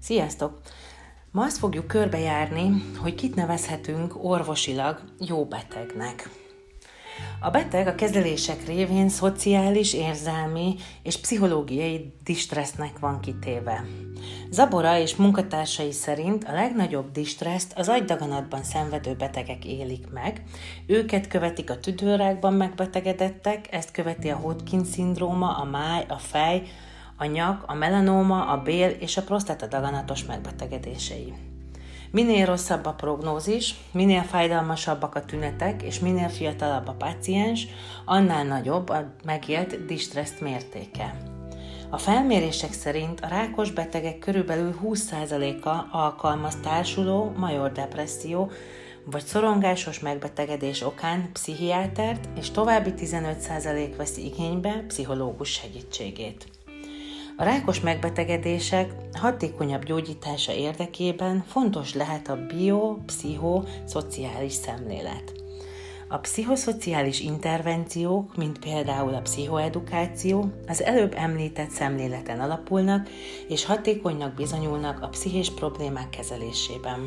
Sziasztok! Ma azt fogjuk körbejárni, hogy kit nevezhetünk orvosilag jó betegnek. A beteg a kezelések révén szociális, érzelmi és pszichológiai distressznek van kitéve. Zabora és munkatársai szerint a legnagyobb distresszt az agydaganatban szenvedő betegek élik meg, őket követik a tüdőrákban megbetegedettek, ezt követi a Hodgkin-szindróma, a máj, a fej, a nyak, a melanóma, a bél és a prosztata daganatos megbetegedései. Minél rosszabb a prognózis, minél fájdalmasabbak a tünetek, és minél fiatalabb a páciens, annál nagyobb a megélt distresszt mértéke. A felmérések szerint a rákos betegek körülbelül 20%-a alkalmaz társuló major depresszió vagy szorongásos megbetegedés okán pszichiátert, és további 15% veszi igénybe pszichológus segítségét. A rákos megbetegedések hatékonyabb gyógyítása érdekében fontos lehet a bio-pszicho-szociális szemlélet. A pszichoszociális intervenciók, mint például a pszichoedukáció, az előbb említett szemléleten alapulnak, és hatékonynak bizonyulnak a pszichés problémák kezelésében.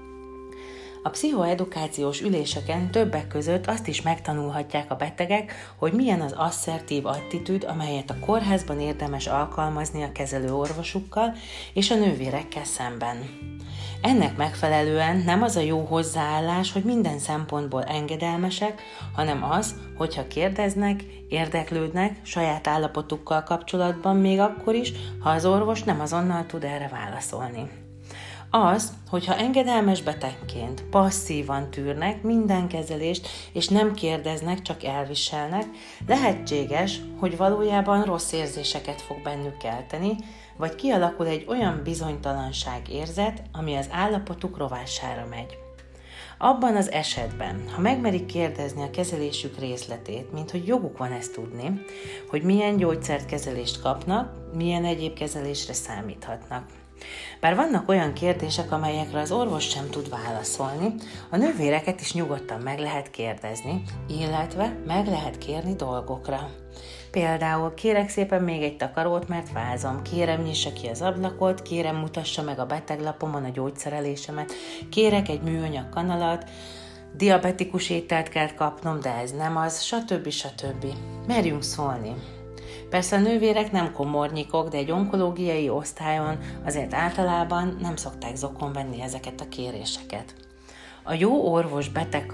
A pszichoedukációs üléseken többek között azt is megtanulhatják a betegek, hogy milyen az asszertív attitűd, amelyet a kórházban érdemes alkalmazni a kezelő orvosukkal és a nővérekkel szemben. Ennek megfelelően nem az a jó hozzáállás, hogy minden szempontból engedelmesek, hanem az, hogyha kérdeznek, érdeklődnek saját állapotukkal kapcsolatban még akkor is, ha az orvos nem azonnal tud erre válaszolni. Az, hogyha engedelmes betegként passzívan tűrnek minden kezelést, és nem kérdeznek, csak elviselnek, lehetséges, hogy valójában rossz érzéseket fog bennük kelteni, vagy kialakul egy olyan bizonytalanság érzet, ami az állapotuk rovására megy. Abban az esetben, ha megmerik kérdezni a kezelésük részletét, mint hogy joguk van ezt tudni, hogy milyen gyógyszert kezelést kapnak, milyen egyéb kezelésre számíthatnak. Bár vannak olyan kérdések, amelyekre az orvos sem tud válaszolni, a nővéreket is nyugodtan meg lehet kérdezni, illetve meg lehet kérni dolgokra. Például kérek szépen még egy takarót, mert fázom, kérem nyissa ki az ablakot, kérem mutassa meg a beteglapomon a gyógyszerelésemet, kérek egy műanyag kanalat, diabetikus ételt kell kapnom, de ez nem az, stb. Merjünk szólni. Persze a nővérek nem komornyikok, de egy onkológiai osztályon azért általában nem szokták zokon venni ezeket a kéréseket. A jó orvos-beteg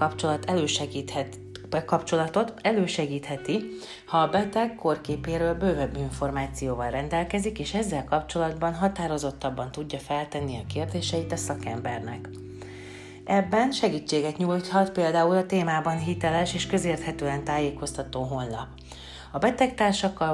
kapcsolatot elősegítheti, ha a beteg korképéről bővebb információval rendelkezik, és ezzel kapcsolatban határozottabban tudja feltenni a kérdéseit a szakembernek. Ebben segítséget nyújthat például a témában hiteles és közérthetően tájékoztató honlap. A betegtársaktól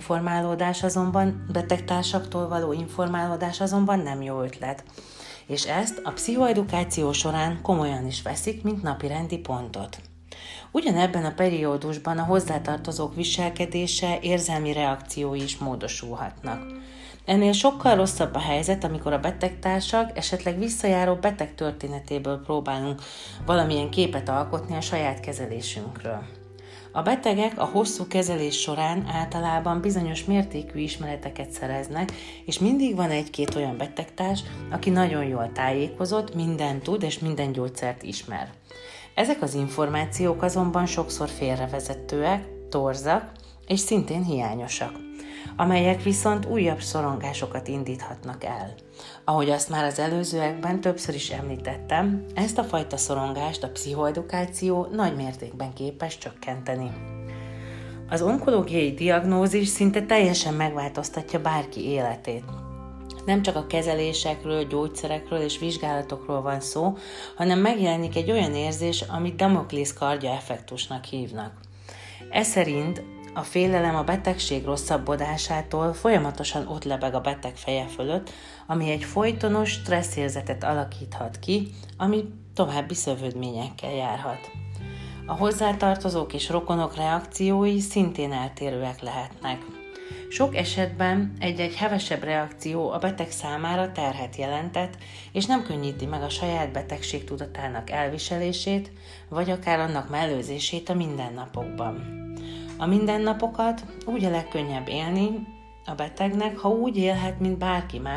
való informálódás azonban nem jó ötlet, és ezt a pszichoedukáció során komolyan is veszik, mint napirendi pontot. Ugyanebben a periódusban a hozzátartozók viselkedése, érzelmi reakciói is módosulhatnak. Ennél sokkal rosszabb a helyzet, amikor a betegtársak esetleg visszajáró beteg történetéből próbálunk valamilyen képet alkotni a saját kezelésünkről. A betegek a hosszú kezelés során általában bizonyos mértékű ismereteket szereznek, és mindig van egy-két olyan betegtárs, aki nagyon jól tájékozott, mindent tud és minden gyógyszert ismer. Ezek az információk azonban sokszor félrevezetőek, torzak és szintén hiányosak, amelyek viszont újabb szorongásokat indíthatnak el. Ahogy azt már az előzőekben többször is említettem, ezt a fajta szorongást a pszichoedukáció nagy mértékben képes csökkenteni. Az onkológiai diagnózis szinte teljesen megváltoztatja bárki életét. Nem csak a kezelésekről, gyógyszerekről és vizsgálatokról van szó, hanem megjelenik egy olyan érzés, amit Damoklész kardja effektusnak hívnak. Ez szerint a félelem a betegség rosszabbodásától folyamatosan ott lebeg a beteg feje fölött, ami egy folytonos stresszérzetet alakíthat ki, ami további szövődményekkel járhat. A hozzátartozók és rokonok reakciói szintén eltérőek lehetnek. Sok esetben egy-egy hevesebb reakció a beteg számára terhet jelentett, és nem könnyíti meg a saját betegség tudatának elviselését, vagy akár annak mellőzését a mindennapokban. A mindennapokat úgy a legkönnyebb élni a betegnek, ha úgy élhet, mint bárki más,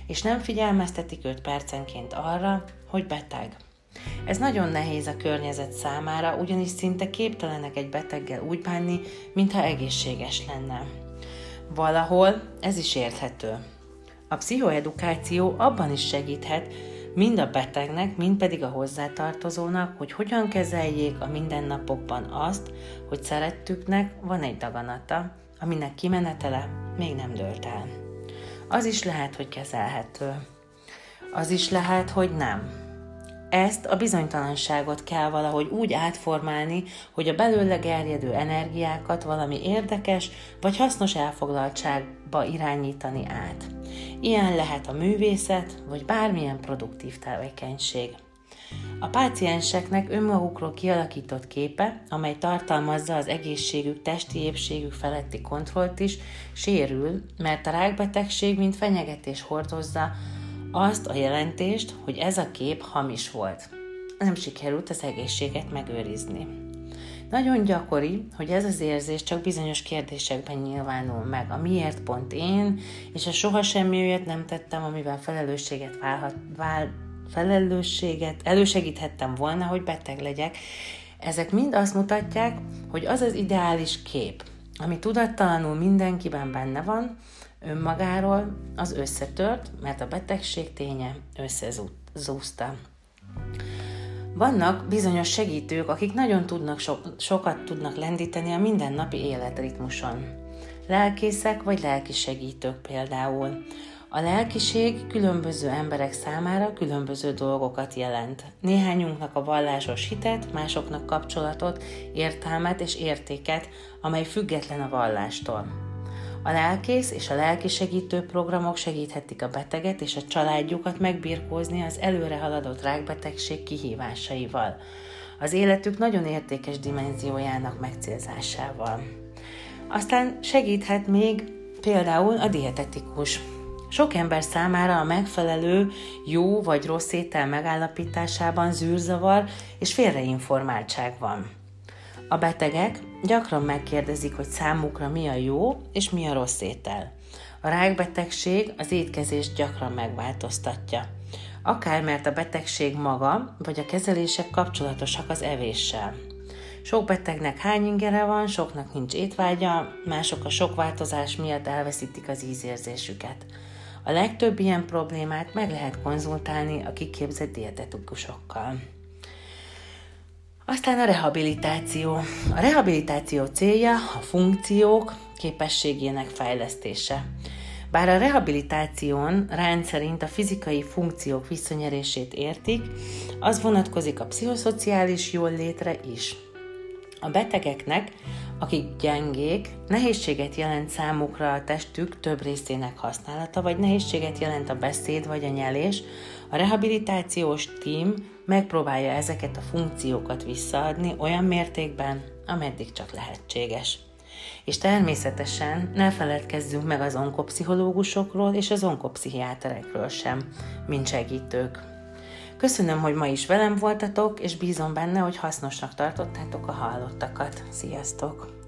és nem figyelmeztetik őt percenként arra, hogy beteg. Ez nagyon nehéz a környezet számára, ugyanis szinte képtelenek egy beteggel úgy bánni, mintha egészséges lenne. Valahol ez is érthető. A pszichoedukáció abban is segíthet, mind a betegnek, mind pedig a hozzátartozónak, hogy hogyan kezeljék a mindennapokban azt, hogy szerettüknek van egy daganata, aminek kimenetele még nem dőlt el. Az is lehet, hogy kezelhető. Az is lehet, hogy nem. Ezt a bizonytalanságot kell valahogy úgy átformálni, hogy a belőle gerjedő energiákat valami érdekes vagy hasznos elfoglaltságba irányítani át. Ilyen lehet a művészet, vagy bármilyen produktív tevékenység. A pácienseknek önmagukról kialakított képe, amely tartalmazza az egészségük, testi épségük feletti kontrollt is, sérül, mert a rákbetegség mint fenyegetés hordozza azt a jelentést, hogy ez a kép hamis volt. Nem sikerült az egészséget megőrizni. Nagyon gyakori, hogy ez az érzés csak bizonyos kérdésekben nyilvánul meg. A miért pont én, és a soha semmi olyat nem tettem, amivel elősegíthettem volna, hogy beteg legyek. Ezek mind azt mutatják, hogy az az ideális kép, ami tudattalanul mindenkiben benne van, önmagáról, az összetört, mert a betegség ténye összezúzta. Vannak bizonyos segítők, akik nagyon sokat tudnak lendíteni a mindennapi életritmuson. Lelkészek vagy lelki segítők például. A lelkiség különböző emberek számára különböző dolgokat jelent. Néhányunknak a vallásos hitet, másoknak kapcsolatot, értelmet és értéket, amely független a vallástól. A lelkész és a lelki segítő programok segíthetik a beteget és a családjukat megbirkózni az előre haladott rákbetegség kihívásaival, az életük nagyon értékes dimenziójának megcélzásával. Aztán segíthet még például a dietetikus. Sok ember számára a megfelelő jó vagy rossz étel megállapításában zűrzavar és félreinformáltság van. A betegek gyakran megkérdezik, hogy számukra mi a jó és mi a rossz étel. A rákbetegség az étkezést gyakran megváltoztatja. Akár mert a betegség maga, vagy a kezelések kapcsolatosak az evéssel. Sok betegnek hányingere van, soknak nincs étvágya, mások a sok változás miatt elveszítik az ízérzésüket. A legtöbb ilyen problémát meg lehet konzultálni a kiképzett dietetikusokkal. Aztán a rehabilitáció. A rehabilitáció célja a funkciók képességének fejlesztése. Bár a rehabilitáción rendszerint a fizikai funkciók visszanyerését értik, az vonatkozik a pszichoszociális jóllétre is. A betegeknek, akik gyengék, nehézséget jelent számukra a testük több részének használata, vagy nehézséget jelent a beszéd vagy a nyelés, a rehabilitációs tím megpróbálja ezeket a funkciókat visszaadni olyan mértékben, ameddig csak lehetséges. És természetesen ne feledkezzünk meg az onkopszichológusokról és az onkopszichiáterekről sem, mint segítők. Köszönöm, hogy ma is velem voltatok, és bízom benne, hogy hasznosnak tartottátok a hallottakat. Sziasztok!